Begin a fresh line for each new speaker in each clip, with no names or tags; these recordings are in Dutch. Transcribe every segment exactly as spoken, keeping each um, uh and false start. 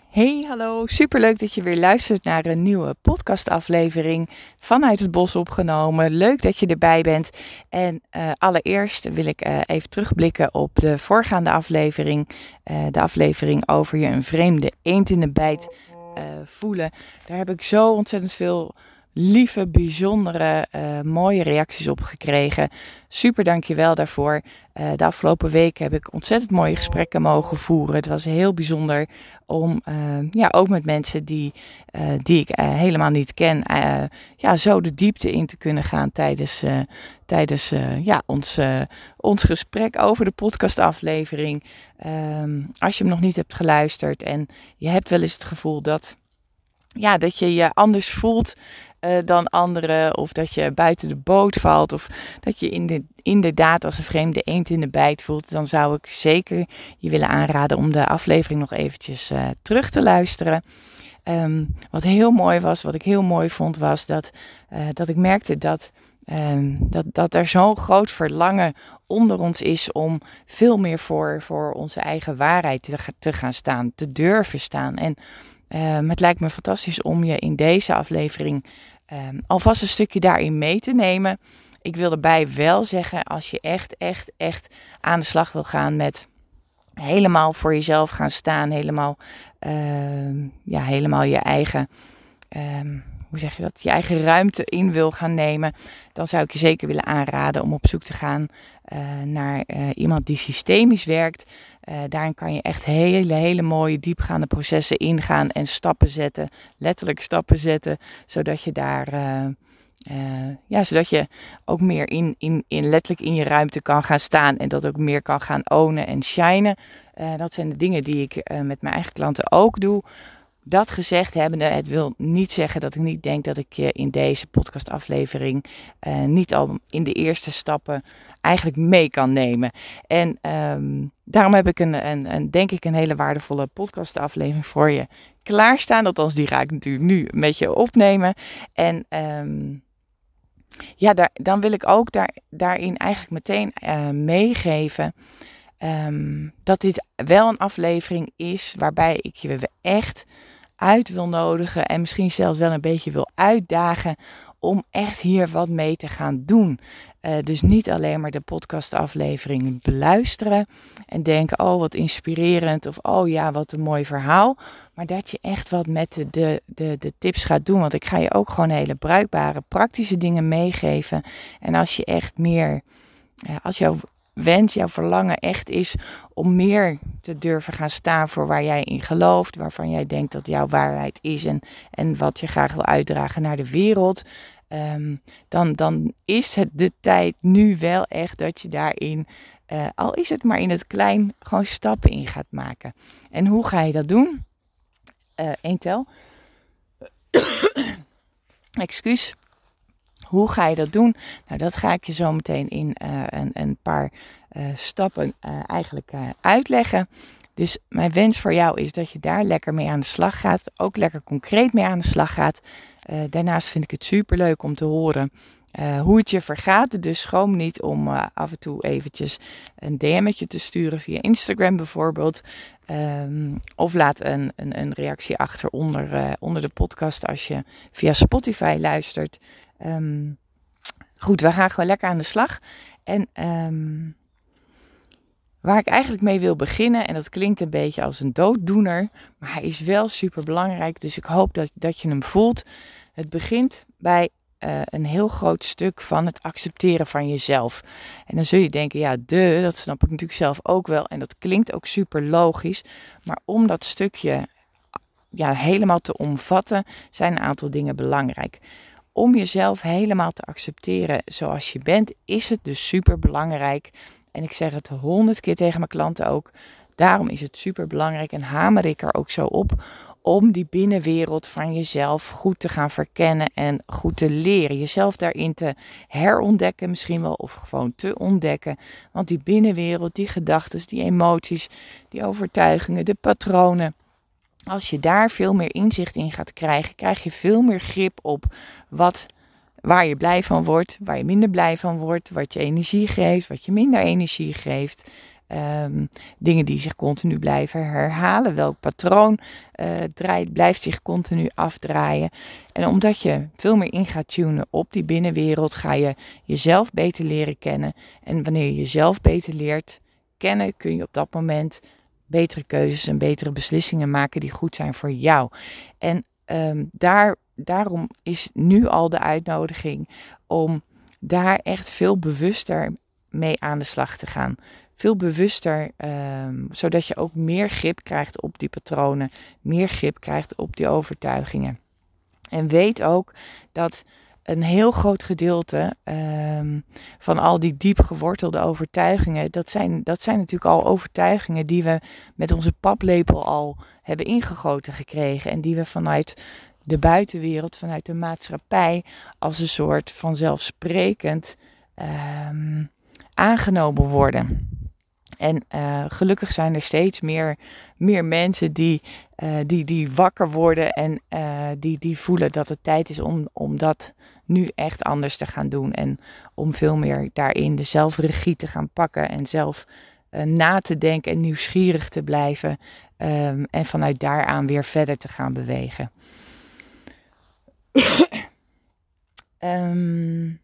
Hey, hallo. Superleuk dat je weer luistert naar een nieuwe podcastaflevering vanuit het bos opgenomen. Leuk dat je erbij bent. En uh, allereerst wil ik uh, even terugblikken op de voorgaande aflevering. Uh, de aflevering over je een vreemde eend in de bijt uh, voelen. Daar heb ik zo ontzettend veel lieve, bijzondere, uh, mooie reacties op gekregen. Super dankjewel daarvoor. Uh, de afgelopen weken heb ik ontzettend mooie gesprekken mogen voeren. Het was heel bijzonder om uh, ja, ook met mensen die, uh, die ik uh, helemaal niet ken, uh, ja, zo de diepte in te kunnen gaan tijdens, uh, tijdens uh, ja, ons, uh, ons gesprek over de podcastaflevering. Um, als je hem nog niet hebt geluisterd en je hebt wel eens het gevoel dat, ja, dat je je anders voelt Uh, dan anderen, of dat je buiten de boot valt, of dat je in de, inderdaad als een vreemde eend in de bijt voelt, dan zou ik zeker je willen aanraden om de aflevering nog eventjes uh, terug te luisteren. Um, wat heel mooi was, wat ik heel mooi vond, was dat, uh, dat ik merkte dat, um, dat, dat er zo'n groot verlangen onder ons is om veel meer voor, voor onze eigen waarheid te, te gaan staan, te durven staan. En Um, het lijkt me fantastisch om je in deze aflevering um, alvast een stukje daarin mee te nemen. Ik wil erbij wel zeggen, als je echt, echt, echt aan de slag wil gaan met helemaal voor jezelf gaan staan, helemaal, uh, ja, helemaal je eigen, um, hoe zeg je dat, je eigen ruimte in wil gaan nemen, dan zou ik je zeker willen aanraden om op zoek te gaan uh, naar uh, iemand die systemisch werkt. Uh, daarin kan je echt hele, hele mooie diepgaande processen ingaan en stappen zetten, letterlijk stappen zetten, zodat je daar, uh, uh, ja, zodat je ook meer in, in, in letterlijk in je ruimte kan gaan staan en dat ook meer kan gaan ownen en shinen. Uh, dat zijn de dingen die ik uh, met mijn eigen klanten ook doe. Dat gezegd hebbende, het wil niet zeggen dat ik niet denk dat ik je in deze podcastaflevering uh, niet al in de eerste stappen eigenlijk mee kan nemen. En um, daarom heb ik een, een, een, denk ik een hele waardevolle podcastaflevering voor je klaarstaan. Althans, die ga ik natuurlijk nu met je opnemen. En um, ja, daar, dan wil ik ook daar, daarin eigenlijk meteen uh, meegeven um, dat dit wel een aflevering is waarbij ik je echt uit wil nodigen en misschien zelfs wel een beetje wil uitdagen om echt hier wat mee te gaan doen. Uh, dus niet alleen maar de podcastaflevering beluisteren en denken, oh wat inspirerend of oh ja wat een mooi verhaal. Maar dat je echt wat met de, de, de, de tips gaat doen. Want ik ga je ook gewoon hele bruikbare, praktische dingen meegeven. En als je echt meer, uh, als jouw wens, jouw verlangen echt is om meer te durven gaan staan voor waar jij in gelooft, waarvan jij denkt dat jouw waarheid is en, en wat je graag wil uitdragen naar de wereld, um, dan, dan is het de tijd nu wel echt dat je daarin, uh, al is het maar in het klein, gewoon stappen in gaat maken. En hoe ga je dat doen? Uh, Eén tel. Excuus. Hoe ga je dat doen? Nou, dat ga ik je zo meteen in uh, een, een paar uh, stappen uh, eigenlijk uh, uitleggen. Dus mijn wens voor jou is dat je daar lekker mee aan de slag gaat. Ook lekker concreet mee aan de slag gaat. Uh, daarnaast vind ik het superleuk om te horen uh, hoe het je vergaat. Dus schroom niet om uh, af en toe eventjes een D M'tje te sturen via Instagram bijvoorbeeld. Um, of laat een, een, een reactie achter onder, uh, onder de podcast als je via Spotify luistert. Um, goed, we gaan gewoon lekker aan de slag. En um, waar ik eigenlijk mee wil beginnen, en dat klinkt een beetje als een dooddoener, maar hij is wel super belangrijk, dus ik hoop dat, dat je hem voelt. Het begint bij uh, een heel groot stuk van het accepteren van jezelf. En dan zul je denken, ja, de, dat snap ik natuurlijk zelf ook wel, en dat klinkt ook super logisch, maar om dat stukje ja, helemaal te omvatten, zijn een aantal dingen belangrijk. Om jezelf helemaal te accepteren zoals je bent, is het dus super belangrijk. En ik zeg het honderd keer tegen mijn klanten ook. Daarom is het super belangrijk en hamer ik er ook zo op om die binnenwereld van jezelf goed te gaan verkennen en goed te leren. Jezelf daarin te herontdekken misschien wel of gewoon te ontdekken. Want die binnenwereld, die gedachten, die emoties, die overtuigingen, de patronen. Als je daar veel meer inzicht in gaat krijgen, krijg je veel meer grip op wat, waar je blij van wordt, waar je minder blij van wordt, wat je energie geeft, wat je minder energie geeft. Um, dingen die zich continu blijven herhalen. Welk patroon uh, draait, blijft zich continu afdraaien. En omdat je veel meer in gaat tunen op die binnenwereld, ga je jezelf beter leren kennen. En wanneer je jezelf beter leert kennen, kun je op dat moment betere keuzes en betere beslissingen maken die goed zijn voor jou. En um, daar, daarom is nu al de uitnodiging om daar echt veel bewuster mee aan de slag te gaan. Veel bewuster, um, zodat je ook meer grip krijgt op die patronen, meer grip krijgt op die overtuigingen. En weet ook dat een heel groot gedeelte um, van al die diep gewortelde overtuigingen, dat zijn, dat zijn natuurlijk al overtuigingen die we met onze paplepel al hebben ingegoten gekregen. En die we vanuit de buitenwereld, vanuit de maatschappij, als een soort vanzelfsprekend um, aangenomen worden. En uh, gelukkig zijn er steeds meer, meer mensen die, uh, die, die wakker worden en uh, die, die voelen dat het tijd is om, om dat nu echt anders te gaan doen. En om veel meer daarin de zelfregie te gaan pakken en zelf uh, na te denken en nieuwsgierig te blijven. Um, en vanuit daaraan weer verder te gaan bewegen. um,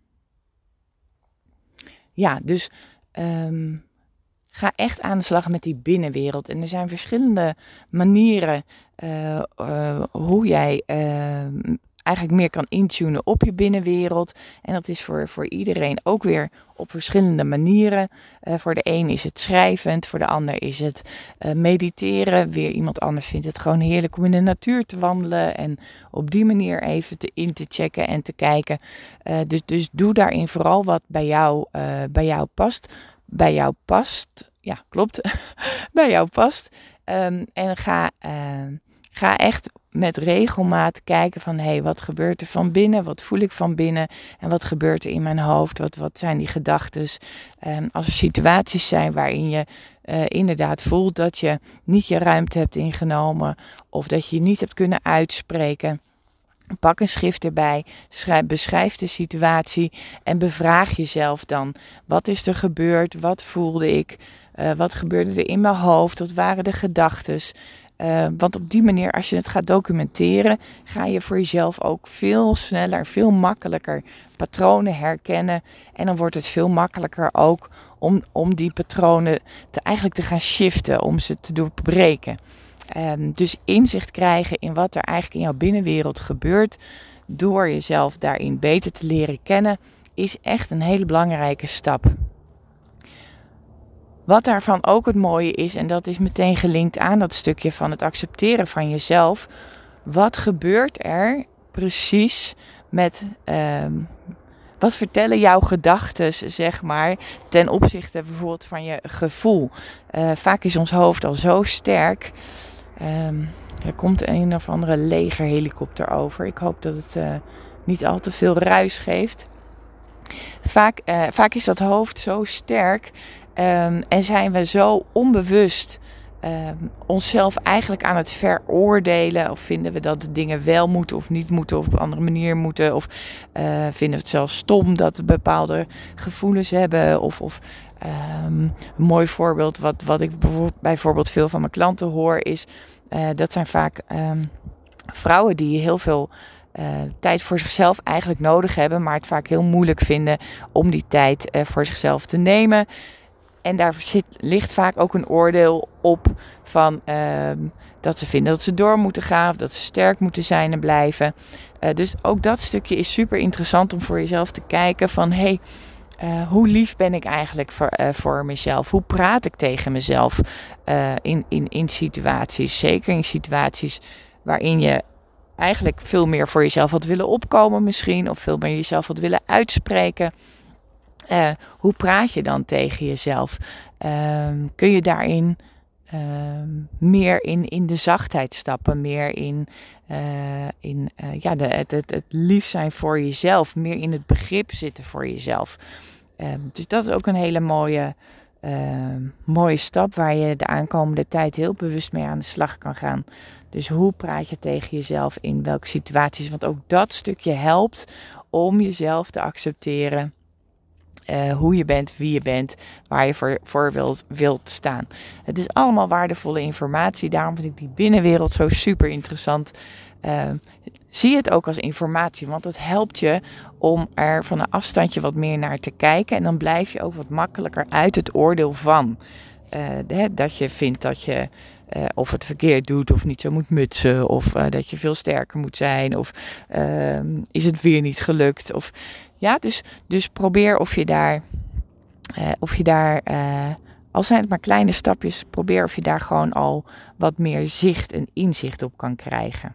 ja, dus... Um, Ga echt aan de slag met die binnenwereld. En er zijn verschillende manieren uh, uh, hoe jij uh, eigenlijk meer kan intunen op je binnenwereld. En dat is voor, voor iedereen ook weer op verschillende manieren. Uh, voor de een is het schrijvend, voor de ander is het uh, mediteren. Weer iemand anders vindt het gewoon heerlijk om in de natuur te wandelen. En op die manier even te, in te checken en te kijken. Uh, dus, dus doe daarin vooral wat bij jou, uh, bij jou past. bij jou past. Ja, klopt. bij jou past. Um, en ga, uh, ga echt met regelmaat kijken van... hé, hey, wat gebeurt er van binnen? Wat voel ik van binnen? En wat gebeurt er in mijn hoofd? Wat, wat zijn die gedachten? Um, als er situaties zijn waarin je uh, inderdaad voelt... dat je niet je ruimte hebt ingenomen... of dat je je niet hebt kunnen uitspreken... Pak een schrift erbij, schrijf, beschrijf de situatie en bevraag jezelf dan. Wat is er gebeurd? Wat voelde ik? Uh, wat gebeurde er in mijn hoofd? Wat waren de gedachten? Uh, want op die manier, als je het gaat documenteren, ga je voor jezelf ook veel sneller, veel makkelijker patronen herkennen. En dan wordt het veel makkelijker ook om, om die patronen te, eigenlijk te gaan shiften, om ze te doorbreken. Um, dus inzicht krijgen in wat er eigenlijk in jouw binnenwereld gebeurt, door jezelf daarin beter te leren kennen, is echt een hele belangrijke stap. Wat daarvan ook het mooie is, en dat is meteen gelinkt aan dat stukje van het accepteren van jezelf. Wat gebeurt er precies met... Um, Wat vertellen jouw gedachten, zeg maar, ten opzichte bijvoorbeeld van je gevoel? Uh, vaak is ons hoofd al zo sterk. Um, er komt een of andere legerhelikopter over. Ik hoop dat het uh, niet al te veel ruis geeft. Vaak, uh, vaak is dat hoofd zo sterk um, en zijn we zo onbewust... Um, onszelf eigenlijk aan het veroordelen. Of vinden we dat de dingen wel moeten of niet moeten. Of op een andere manier moeten. Of uh, vinden we het zelfs stom dat we bepaalde gevoelens hebben. Of, of um, een mooi voorbeeld wat, wat ik bijvoorbeeld veel van mijn klanten hoor. Is uh, dat zijn vaak um, vrouwen die heel veel uh, tijd voor zichzelf eigenlijk nodig hebben. Maar het vaak heel moeilijk vinden om die tijd uh, voor zichzelf te nemen. En daar zit, ligt vaak ook een oordeel op van uh, dat ze vinden dat ze door moeten gaan. Of dat ze sterk moeten zijn en blijven. Uh, dus ook dat stukje is super interessant om voor jezelf te kijken van... Hey, uh, hoe lief ben ik eigenlijk voor, uh, voor mezelf? Hoe praat ik tegen mezelf uh, in, in, in situaties? Zeker in situaties waarin je eigenlijk veel meer voor jezelf had willen opkomen misschien. Of veel meer jezelf had willen uitspreken. Uh, hoe praat je dan tegen jezelf? Uh, kun je daarin uh, meer in, in de zachtheid stappen? Meer in, uh, in uh, ja, de, het, het, het lief zijn voor jezelf. Meer in het begrip zitten voor jezelf. Uh, dus dat is ook een hele mooie, uh, mooie stap waar je de aankomende tijd heel bewust mee aan de slag kan gaan. Dus hoe praat je tegen jezelf in welke situaties? Want ook dat stukje helpt om jezelf te accepteren. Uh, hoe je bent, wie je bent, waar je voor, voor wilt, wilt staan. Het is allemaal waardevolle informatie. Daarom vind ik die binnenwereld zo super interessant. Uh, zie het ook als informatie, want het helpt je om er van een afstandje wat meer naar te kijken. En dan blijf je ook wat makkelijker uit het oordeel van. Uh, de, dat je vindt dat je uh, of het verkeerd doet of niet zo moet mutsen. Of uh, dat je veel sterker moet zijn. Of uh, is het weer niet gelukt. Of, ja, dus, dus probeer of je daar, uh, of je daar uh, al zijn het maar kleine stapjes, probeer of je daar gewoon al wat meer zicht en inzicht op kan krijgen.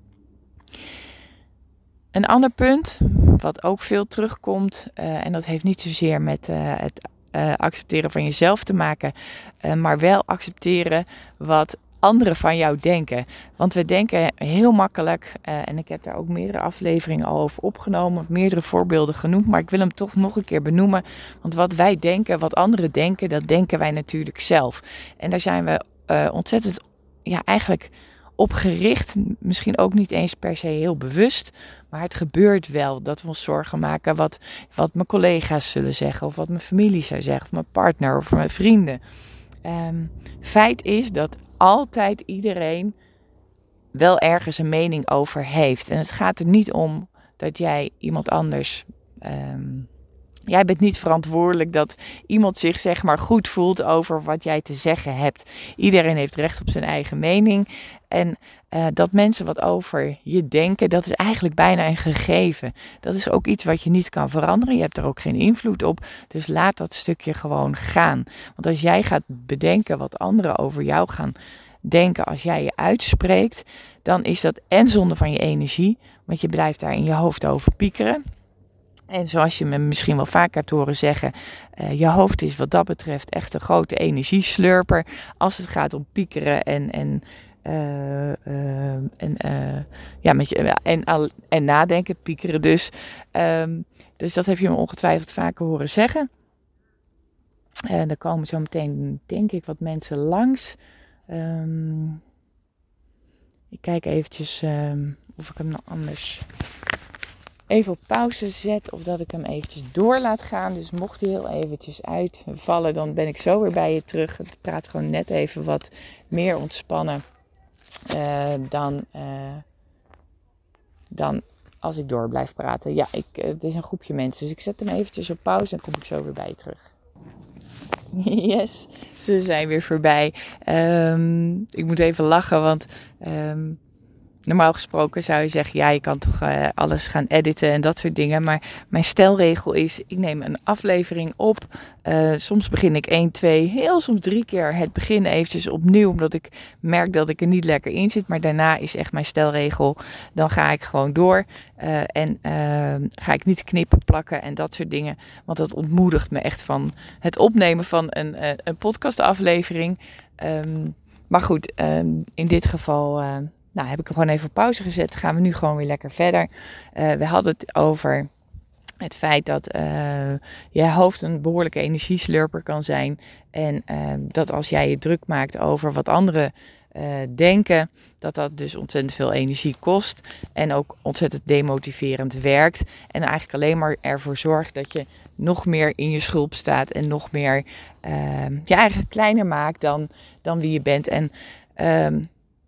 Een ander punt, wat ook veel terugkomt, uh, en dat heeft niet zozeer met uh, het uh, accepteren van jezelf te maken, uh, maar wel accepteren wat anderen van jou denken. Want we denken heel makkelijk, uh, en ik heb daar ook meerdere afleveringen al over opgenomen, meerdere voorbeelden genoemd, maar ik wil hem toch nog een keer benoemen. Want wat wij denken, wat anderen denken, dat denken wij natuurlijk zelf. En daar zijn we uh, ontzettend, ja eigenlijk op gericht, misschien ook niet eens per se heel bewust, maar het gebeurt wel dat we ons zorgen maken wat, wat mijn collega's zullen zeggen, of wat mijn familie zou zeggen, of mijn partner, of mijn vrienden. Um, feit is dat altijd iedereen wel ergens een mening over heeft. En het gaat er niet om dat jij iemand anders... Um, Jij bent niet verantwoordelijk dat iemand zich zeg maar goed voelt over wat jij te zeggen hebt. Iedereen heeft recht op zijn eigen mening. En uh, dat mensen wat over je denken, dat is eigenlijk bijna een gegeven. Dat is ook iets wat je niet kan veranderen. Je hebt er ook geen invloed op. Dus laat dat stukje gewoon gaan. Want als jij gaat bedenken wat anderen over jou gaan denken als jij je uitspreekt, dan is dat en zonde van je energie. Want je blijft daar in je hoofd over piekeren. En zoals je me misschien wel vaak hebt horen zeggen, uh, je hoofd is wat dat betreft echt een grote energieslurper als het gaat om piekeren en, en, uh, uh, en, uh, ja, met je, en, en, en nadenken, piekeren dus. Um, dus dat heb je me ongetwijfeld vaker horen zeggen. En uh, er komen zo meteen, denk ik, wat mensen langs. Um, ik kijk eventjes um, of ik hem nog anders even op pauze zet of dat ik hem eventjes door laat gaan. Dus mocht hij heel eventjes uitvallen, dan ben ik zo weer bij je terug. Ik praat gewoon net even wat meer ontspannen uh, dan, uh, dan als ik door blijf praten. Ja, ik, uh, het is een groepje mensen, dus ik zet hem eventjes op pauze en kom ik zo weer bij je terug. Yes, ze zijn weer voorbij. Um, ik moet even lachen, want Um, normaal gesproken zou je zeggen, ja, je kan toch uh, alles gaan editen en dat soort dingen. Maar mijn stelregel is, ik neem een aflevering op. Uh, soms begin ik één, twee, heel soms drie keer het begin eventjes opnieuw. Omdat ik merk dat ik er niet lekker in zit. Maar daarna is echt mijn stelregel. Dan ga ik gewoon door. Uh, en uh, ga ik niet knippen, plakken en dat soort dingen. Want dat ontmoedigt me echt van het opnemen van een, uh, een podcastaflevering. Um, maar goed, um, in dit geval... Uh, Nou, heb ik hem gewoon even op pauze gezet. Gaan we nu gewoon weer lekker verder. Uh, we hadden het over het feit dat uh, je hoofd een behoorlijke energieslurper kan zijn. En uh, dat als jij je druk maakt over wat anderen uh, denken, dat dat dus ontzettend veel energie kost. En ook ontzettend demotiverend werkt. En eigenlijk alleen maar ervoor zorgt dat je nog meer in je schulp staat. En nog meer uh, je eigenlijk kleiner maakt dan, dan wie je bent. En... Uh,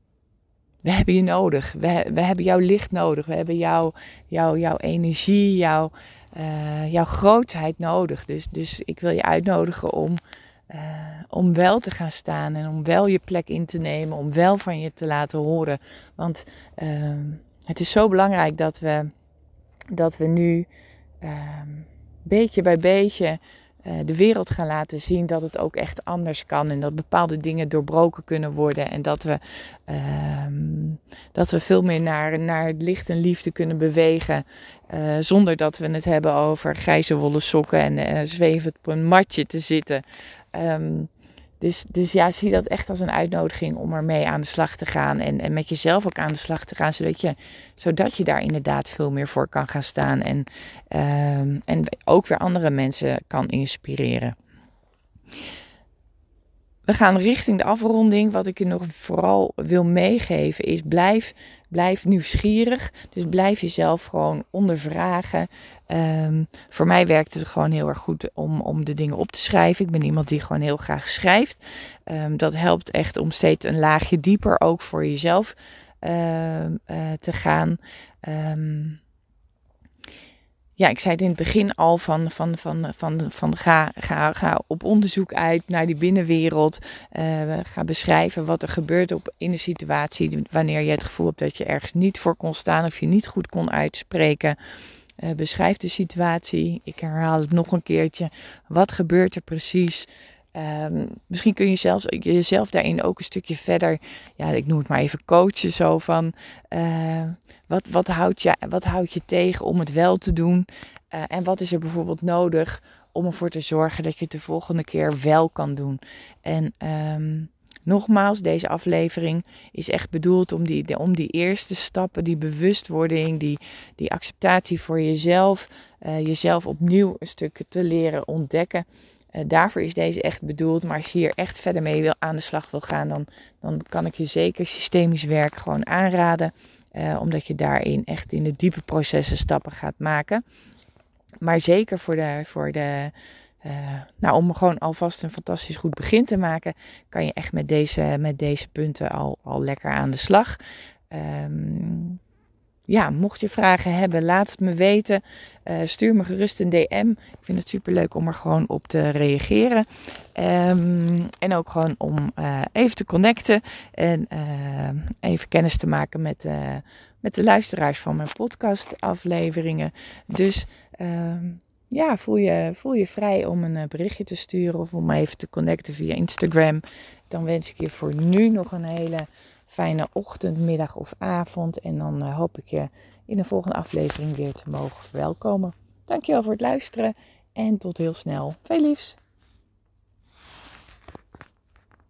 We hebben je nodig. We, we hebben jouw licht nodig. We hebben jouw, jouw, jouw energie, jouw, uh, jouw grootheid nodig. Dus, dus ik wil je uitnodigen om, uh, om wel te gaan staan en om wel je plek in te nemen. Om wel van je te laten horen. Want uh, het is zo belangrijk dat we, dat we nu uh, beetje bij beetje... Uh, de wereld gaan laten zien dat het ook echt anders kan. En dat bepaalde dingen doorbroken kunnen worden. En dat we, uh, dat we veel meer naar, naar het licht en liefde kunnen bewegen. Uh, zonder dat we het hebben over grijze wollen sokken en uh, zwevend op een matje te zitten. Um, dus, dus ja, zie dat echt als een uitnodiging om ermee aan de slag te gaan. En, en met jezelf ook aan de slag te gaan. Zodat je, zodat je daar inderdaad veel meer voor kan gaan staan. En, uh, en ook weer andere mensen kan inspireren. we gaan richting de afronding. Wat ik je nog vooral wil meegeven is blijf, blijf nieuwsgierig. Dus blijf jezelf gewoon ondervragen. Um, voor mij werkt het gewoon heel erg goed om, om de dingen op te schrijven. Ik ben iemand die gewoon heel graag schrijft. Um, dat helpt echt om steeds een laagje dieper ook voor jezelf uh, uh, te gaan. Um, Ja, ik zei het in het begin al van, van, van, van, van ga, ga, ga op onderzoek uit naar die binnenwereld. Uh, ga beschrijven wat er gebeurt op, in een situatie wanneer je het gevoel hebt dat je ergens niet voor kon staan of je niet goed kon uitspreken. Uh, beschrijf de situatie. Ik herhaal het nog een keertje. Wat gebeurt er precies? Um, misschien kun je zelfs, jezelf daarin ook een stukje verder, ja, ik noem het maar even coachen zo van, uh, wat, wat, houdt je, wat houdt je tegen om het wel te doen? Uh, en wat is er bijvoorbeeld nodig om ervoor te zorgen dat je het de volgende keer wel kan doen? En um, nogmaals, deze aflevering is echt bedoeld om die, om die eerste stappen, die bewustwording, die, die acceptatie voor jezelf, uh, jezelf opnieuw een stuk te leren ontdekken. Uh, daarvoor is deze echt bedoeld. Maar als je hier echt verder mee wil, aan de slag wil gaan, dan, dan kan ik je zeker systemisch werk gewoon aanraden. Uh, omdat je daarin echt in de diepe processen stappen gaat maken. Maar zeker voor de, voor de uh, nou, om gewoon alvast een fantastisch goed begin te maken, kan je echt met deze, met deze punten al, al lekker aan de slag. Um, Ja, mocht je vragen hebben, laat het me weten. Uh, stuur me gerust een D M. Ik vind het superleuk om er gewoon op te reageren. Um, en ook gewoon om uh, even te connecten. En uh, even kennis te maken met, uh, met de luisteraars van mijn podcastafleveringen. Dus uh, ja, voel je, voel je vrij om een berichtje te sturen of om even te connecten via Instagram. Dan wens ik je voor nu nog een hele fijne ochtend, middag of avond. En dan uh, hoop ik je in de volgende aflevering weer te mogen verwelkomen. Dankjewel voor het luisteren en tot heel snel. Veel liefs!